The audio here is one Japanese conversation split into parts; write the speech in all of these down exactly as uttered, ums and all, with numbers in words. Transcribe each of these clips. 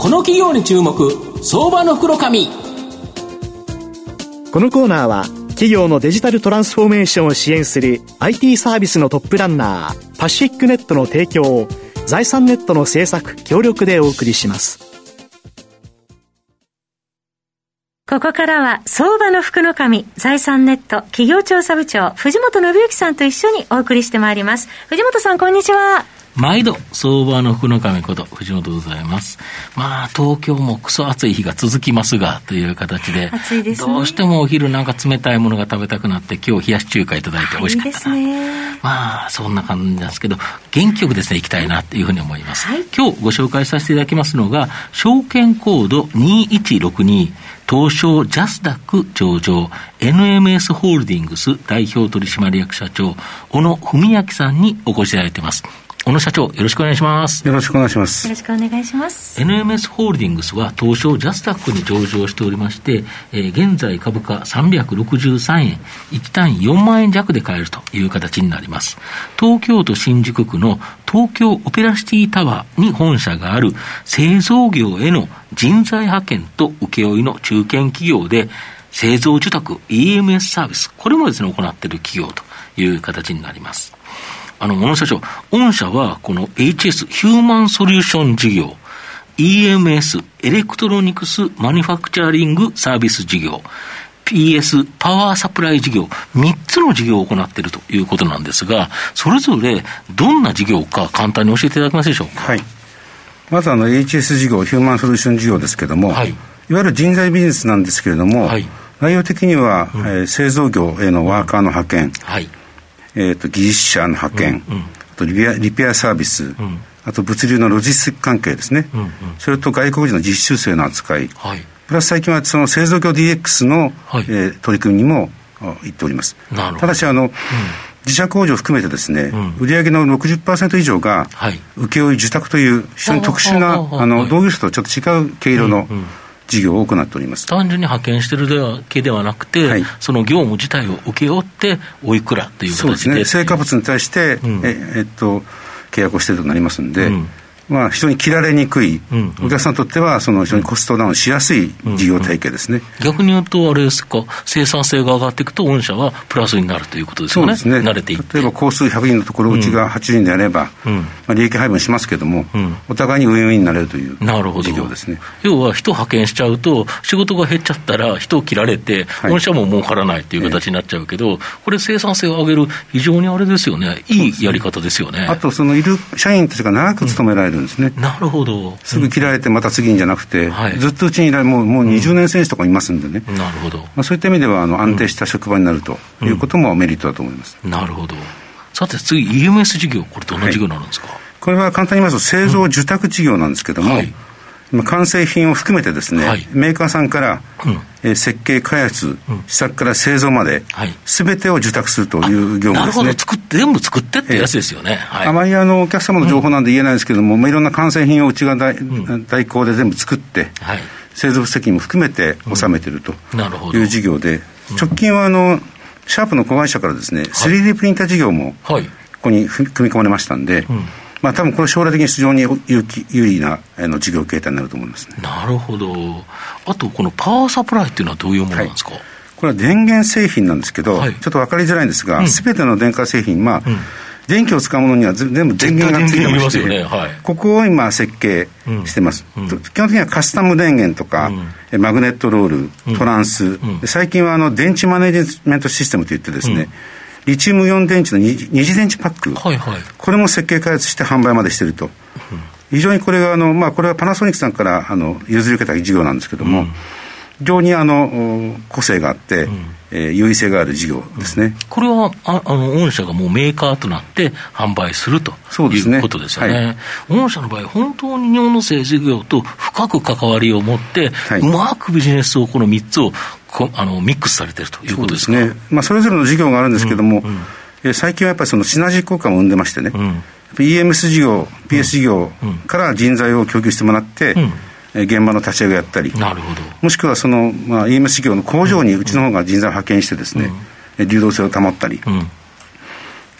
この企業に注目、相場の袋紙。 このコーナーは企業のデジタルトランスフォーメーションを支援する アイティー サービスのトップランナーパシフィックネットの提供を財産ネットの制作協力でお送りします。 ここからは相場の福の神、財産ネット企業調査部長藤本信之さんと一緒にお送りしてまいります。藤本さん、こんにちは。 毎度相場の福の神こと藤本でございます。まあ東京もクソ暑い日が続きますがという形で、 暑いですね、 どうしてもお昼なんか冷たいものが食べたくなって、今日冷やし中華いただいて美味しかったな。いいですね。まあそんな感じなんですけど、元気よくですね行きたいなというふうに思います、はい、今日ご紹介させていただきますのが証券コードにいちろくに東証ジャスダック上場 エヌエムエス ホールディングス代表取締役社長小野文明さんにお越しいただいています。小野社長、よろしくお願いします。 よろしくお願いします。 よろしくお願いします。 エヌエムエス ホールディングスは東証ジャスダックに上場しておりまして、えー、現在株価さんびゃくろくじゅうさんえん、いち単位よんまんえん弱で買えるという形になります。東京都新宿区の東京オペラシティタワーに本社がある製造業への人材派遣と請負の中堅企業で、製造受託 イーエムエス サービス、これもですね行っている企業という形になります。あの小野社長、御社はこの エイチエス ヒューマンソリューション事業、 イーエムエス エレクトロニクスマニファクチャリングサービス事業、 ピーエス パワーサプライ事業、みっつの事業を行っているということなんですが、それぞれどんな事業か簡単に教えていただけますでしょうか。 はい、まずあの エイチエス 事業、ヒューマンソリューション事業ですけれども、はい、いわゆる人材ビジネスなんですけれども、はい、内容的には、うん、えー、製造業へのワーカーの派遣、はい、えー、と技術者の派遣、うんうん、あとリペア、リペアサービス、うん、あと物流のロジスティック関係ですね、うんうん、それと外国人の実習生の扱い、はい、プラス最近はその製造業 ディーエックス の、はい、えー、取り組みにも行っております。ただしあの、うん、自社工場を含めてですね、うん、売上の ろくじゅっパーセント 以上が、はい、請負受託という非常に特殊なあの同業者とちょっと違う毛色の、うんうん、事業を行っております。 単純に派遣しているだけではなくて、はい、その業務自体を請け負っておいくらという形で、 そうですね、成果物に対して、うん、ええっと契約をしているとなりますので、うん、まあ、非常に切られにくい、うんうん、お客さんにとってはその非常にコストダウンしやすい事業体系ですね、 うんうん、逆に言うとあれですか、生産性が上がっていくと御社はプラスになるということですよね。 そうですね、 慣れていって、 例えば工数ひゃくにんのところうちがはちにんであれば、うん、まあ、利益配分しますけども、うん、お互いにウィンウィンになれるという事業ですね。 要は人派遣しちゃうと仕事が減っちゃったら人を切られて、はい、御社も儲からないという形になっちゃうけど、ええ、これ生産性を上げる非常にあれですよね、いいやり方ですよね。 あとそのいる社員たちが長く勤められるんですね、 うん、なるほど。 すぐ切られてまた次にじゃなくて、はい、ずっとうちにいられる、もう、もうにじゅうねん選手とかいますんでね、 うん、なるほど、 まあ、そういった意味ではあの安定した職場になるということもメリットだと思います、 うんうん、なるほど。さて次 イーエムエス 事業、これどんな事業になるんですか。はい、これは簡単に言いますと製造受託事業なんですけども、うん、はい、完成品を含めてですね、はい、メーカーさんから、うん、えー、設計開発、うん、試作から製造まで、はい、全てを受託するという業務ですね。 なるほど、作って全部作ってってやつですよね、 えーはい、あまりあのお客様の情報なんで言えないですけども、うん、まあ、いろんな完成品をうちが代、うん、代行で全部作って、はい、製造責任も含めて納めているという事業で、うん、直近はあのシャープの子会社からですね、はい、スリーディー プリンター事業もここに組み込まれましたんで、うん、まあ、多分これ将来的に非常に有有利なあの事業形態になると思いますね。 なるほど。あとこのパワーサプライっていうのはどういうものなんですか。はい、 これは電源製品なんですけど、はい、ちょっと分かりづらいんですが、すべ、うん、ての電化製品、まあ、うん、電気を使うものには全部電源がついてまして、ね、はい、ここを今設計してます、うんうん、基本的にはカスタム電源とか、うん、マグネットロール、トランス、うん、最近はあの電池マネジメントシステムといってですね、うん、リチウムイオン電池の二次電池パック、はいはい、これも設計開発して販売までしていると、うん、非常にこれがあの、まあ、これはパナソニックさんからあの譲り受けた事業なんですけども、うん、非常にあの個性があって、うん、えー、優位性がある事業ですね。うん、 これはああの御社がもうメーカーとなって販売するということですよね。はい、御社の場合本当に日本の製造業と深く関わりを持って、はい、うまくビジネスをこのみっつをあのミックスされているということですか。 そうですね、まあ、それぞれの事業があるんですけども、うんうん、え最近はやっぱりそのシナジー効果も生んでましてね、うん、イーエムエス 事業 ピーエス 事業から人材を供給してもらって、うんうん、現場の立ち上げをやったり、 なるほど、 もしくはその、まあ、イーエムエス 事業の工場にうちの方が人材を派遣してですね、うん、流動性を保ったり、うん、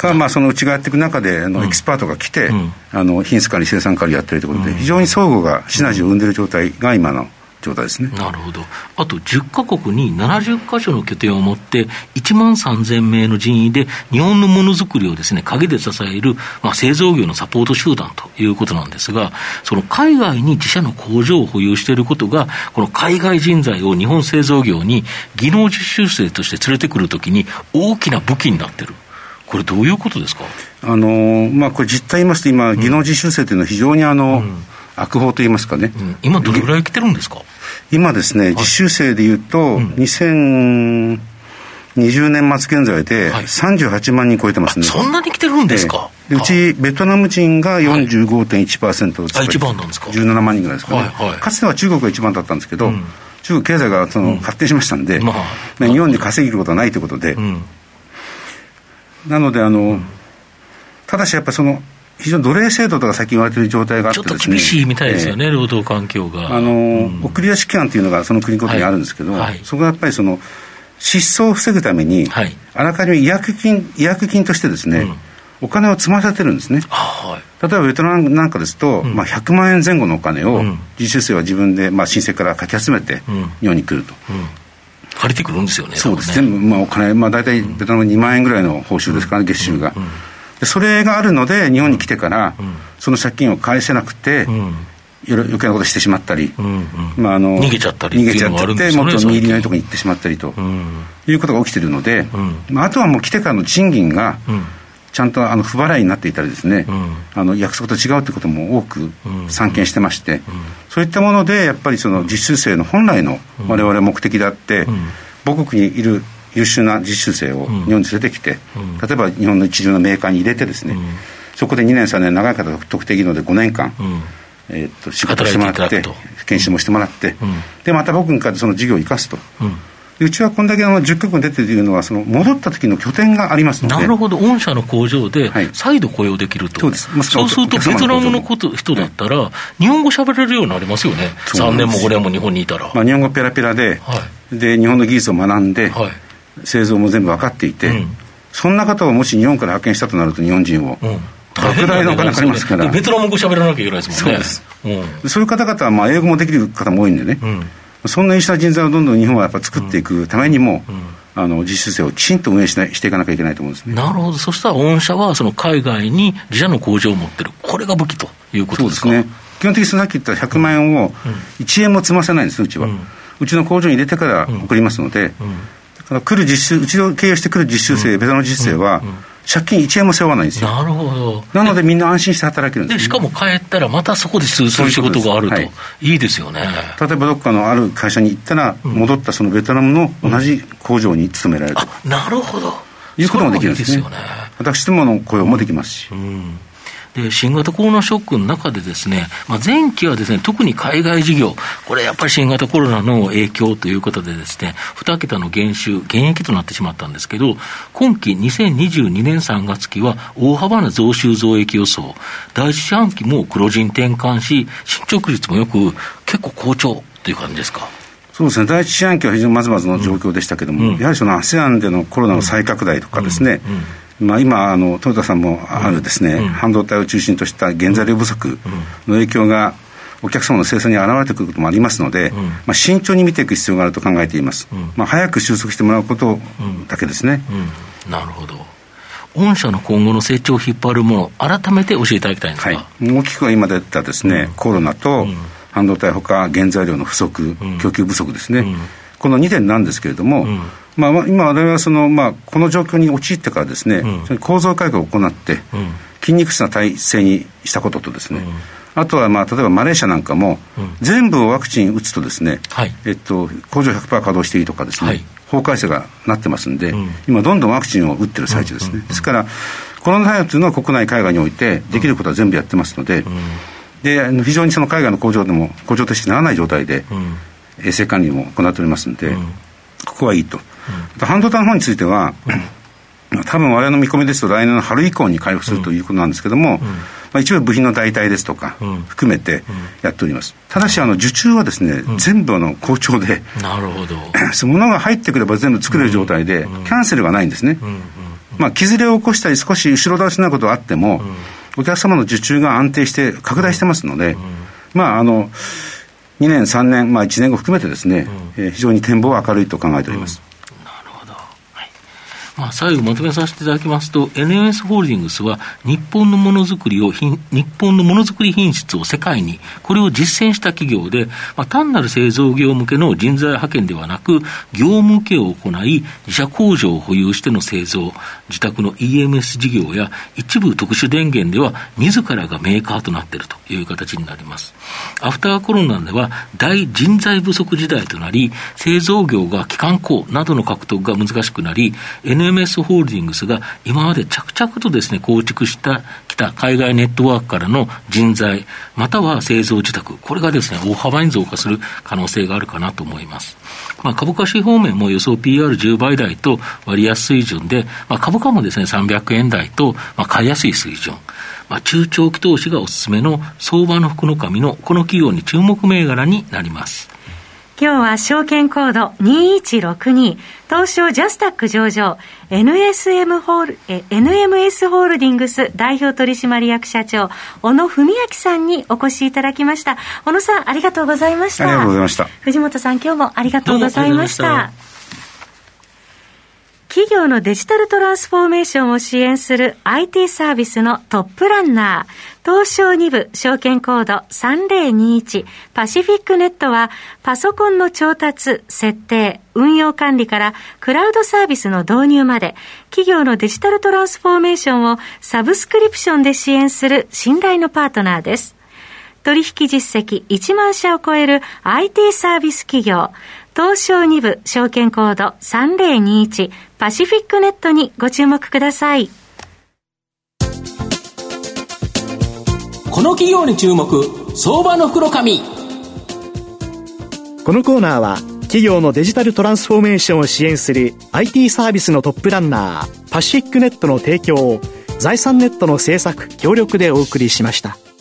か、まあ、そのうちがやっていく中であのエキスパートが来て、うん、あの品質管理生産管理やってるということで、うん、非常に相互がシナジーを生んでいる状態が今の状態ですね。 なるほど。あとじゅっかこくにななじゅっかしょの拠点を持っていちまんさんぜんめいの人員で日本のものづくりをですね陰で支える、まあ、製造業のサポート集団ということなんですが、その海外に自社の工場を保有していることがこの海外人材を日本製造業に技能実習生として連れてくるときに大きな武器になっている。これどういうことですか？ あの、まあ、これ実態言いますと今、技能実習生というのは非常にあの、うん、悪法といいますかね、うん、 今どれぐらい来てるんですか？ 今ですね、実習生でいうと、うん、にせんにじゅうねん末現在でさんじゅうはちまんにん超えてますね。 そんなに来てるんですか？ でうちベトナム人が よんじゅうごてんいちパーセント、 はい、一番なんですか？ じゅうななまんにんぐらいですかね、はいはい、かつては中国が一番だったんですけど、うん、中国経済がその、うん、発展しましたんで、まあ、日本に稼げることはないということで、うん、なのであの、うん、ただしやっぱりその非常に奴隷制度とか最近言われている状態があってですね、 ちょっと厳しいみたいですよね、えー、労働環境が。 あの、うん、送り出し期間というのがその国ごとにあるんですけど、はいはい、そこがやっぱりその失踪を防ぐために、はい、あらかじめ違約金、違約金としてですね、うん、お金を積ませてるんですね、はい、例えばベトナムなんかですと、うんまあ、ひゃくまんえんぜん後のお金を、うん、実習生は自分で、まあ、申請からかき集めて日本に来ると、うんうん、 借りてくるんですよね。 そうです、ね、全部、まあ、お金、まあ、大体ベトナムにまんえんぐらいの報酬ですから、ね、月収が、うんうん、でそれがあるので日本に来てから、うん、その借金を返せなくて、うん余計なことしてしまったり、うんうんまあ、あの逃げちゃったり逃げちゃって、ね、もっと見入りないところに行ってしまったりと、うん、いうことが起きているので、うんまあ、あとはもう来てからの賃金がちゃんとあの不払いになっていたりですね、うん、あの約束と違うということも多く散見してまして、うんうん、そういったものでやっぱりその実習生の本来の我々目的であって、うん、母国にいる優秀な実習生を日本に連れてきて、うん、例えば日本の一流のメーカーに入れてですね、うん、そこでにねんさんねん長い方特定技能でごねんかん、うんえー、っと仕事してもらって研修もしてもらって、うん、でまた僕からその事業を生かすと、うん、でうちはこんだけあのじゅっかこくに出ているのはその戻った時の拠点がありますので。 なるほど。御社の工場で再度雇用できると、はい、そうです。そうするとベトナムのこと人だったら、はい、日本語喋れるようになりますよね。さんねんもごねんも日本にいたら、 まあ、日本語ペラペラで、はい、で日本の技術を学んで、はい、製造も全部分かっていて、うん、そんな方をもし日本から派遣したとなると日本人を、うん莫大なお金かかりますから、 ベトナム語喋らなきゃいけないですもんね。 そうです、うん、そういう方々はまあ英語もできる方も多いんでね、うん、そんな優秀な人材をどんどん日本はやっぱ作っていくためにも、うんうん、あの実習生をきちんと運営しないしていかなきゃいけないと思うんですね。 なるほど。そしたら御社はその海外に自社の工場を持ってる、これが武器ということですか？ そうですね。基本的にさっき言ったひゃくまんえんをいちえんも積ませないんです、うちは、うん、うちの工場に入れてから送りますので、うんうん、だから来る実習、うちを経営してくる実習生、うん、ベトナム実習生は、うんうん借金いちえんも背負わないんですよ。 なるほど。 なのでみんな安心して働けるんです、ね、 でしかも帰ったらまたそこでそういう仕事があると、はい、いいですよね。 例えばどっかのある会社に行ったら、うん、戻ったそのベトナムの同じ工場に勤められると、 うん、あなるほどいうこともできるんですね。 いいですよね。 私どもの雇用もできますし、 うんうんで新型コロナショックの中でですね、まあ、前期はですね特に海外事業これやっぱり新型コロナの影響ということでですねにけたの減収減益となってしまったんですけど、今期にせんにじゅうにねんさんがつ期は大幅な増収増益予想、第一四半期も黒字に転換し進捗率もよく結構好調という感じですか？ そうですね。第一四半期は非常にまずまずの状況でしたけども、うん、やはりその アセアン でのコロナの再拡大とかですね、うんうんうんまあ、今あの豊田さんもあるですね、うん、半導体を中心とした原材料不足の影響がお客様の生産に現れてくることもありますので、うんまあ、慎重に見ていく必要があると考えています、うんまあ、早く収束してもらうことだけですね、うんうん、なるほど。御社の今後の成長を引っ張るもの改めて教えていただきたいんですが、はい、 大きくは今出たですね、うん、コロナと半導体ほか原材料の不足、うん、供給不足ですね、うん、このにてんなんですけれども、うんまあ、今我々はその、まあ、この状況に陥ってからですね、うん、構造改革を行って、うん、筋肉質な体制にしたこととですね、うん、あとは、まあ、例えばマレーシアなんかも、うん、全部ワクチン打つとですね、はいえっと、工場 ひゃくパーセント 稼働していいとかですね、はい、法改正がなってますんで、うん、今どんどんワクチンを打ってる最中ですね、うんうんうん、ですからコロナ対応というのは国内海外においてできることは全部やってますので、うん、で非常にその海外の工場でも工場としてならない状態で、うん、衛生管理も行っておりますので、うん、ここはいいと、うん、半導体の方については、うん、多分我々の見込みですと来年の春以降に回復するということなんですけども、うんまあ、一部部品の代替ですとか含めてやっております。ただしあの受注はですね、うん、全部あの好調で、 なるほど物が入ってくれば全部作れる状態で、うん、キャンセルがないんですね、うんうん、 まあ、削れを起こしたり少し後ろ倒しなことはあっても、うん、お客様の受注が安定して拡大してますので、うん、まああのにねんさんねん、まあ、いちねんご含めてですね、うん、えー、非常に展望は明るいと考えております、 うん、なるほど、はい。まあ、最後まとめさせていただきますと エヌエムエス ホールディングスは日本のものづくりを日本のものづくり品質を世界にこれを実践した企業で、まあ、単なる製造業向けの人材派遣ではなく業務請けを行い自社工場を保有しての製造自宅の イーエムエス 事業や一部特殊電源では自らがメーカーとなっているという形になります。アフターコロナでは大人材不足時代となり製造業が基幹工などの獲得が難しくなり エヌエムエス ホールディングスが今まで着々とですね構築したきた海外ネットワークからの人材または製造受託これがですね大幅に増加する可能性があるかなと思います。まあ、株価指方面も予想 ピーアールじゅう 倍台と割安水準で、まあ、株価もですねさんびゃくえん台と、まあ、買いやすい水準、まあ、中長期投資がおすすめの相場の福の神のこの企業に注目銘柄になります。 今日は証券コードにいちろくに東証ジャスタック上場 エヌエスエム ホールえ エヌエムエス ホールディングス代表取締役社長小野文明さんにお越しいただきました。小野さんありがとうございました。 ありがとうございました。 藤本さん今日もありがとうございました。企業のデジタルトランスフォーメーションを支援する アイティー サービスのトップランナー、東証に部証券コードさんぜろにいちパシフィックネットはパソコンの調達、設定、運用管理からクラウドサービスの導入まで企業のデジタルトランスフォーメーションをサブスクリプションで支援する信頼のパートナーです。取引実績いちまん社を超える アイティー サービス企業東証に部証券コードさんぜろにいちパシフィックネットにご注目ください。 この企業に注目相場の福の神。 このコーナーは企業のデジタルトランスフォーメーションを支援する アイティー サービスのトップランナーパシフィックネットの提供を財産ネットの制作協力でお送りしました。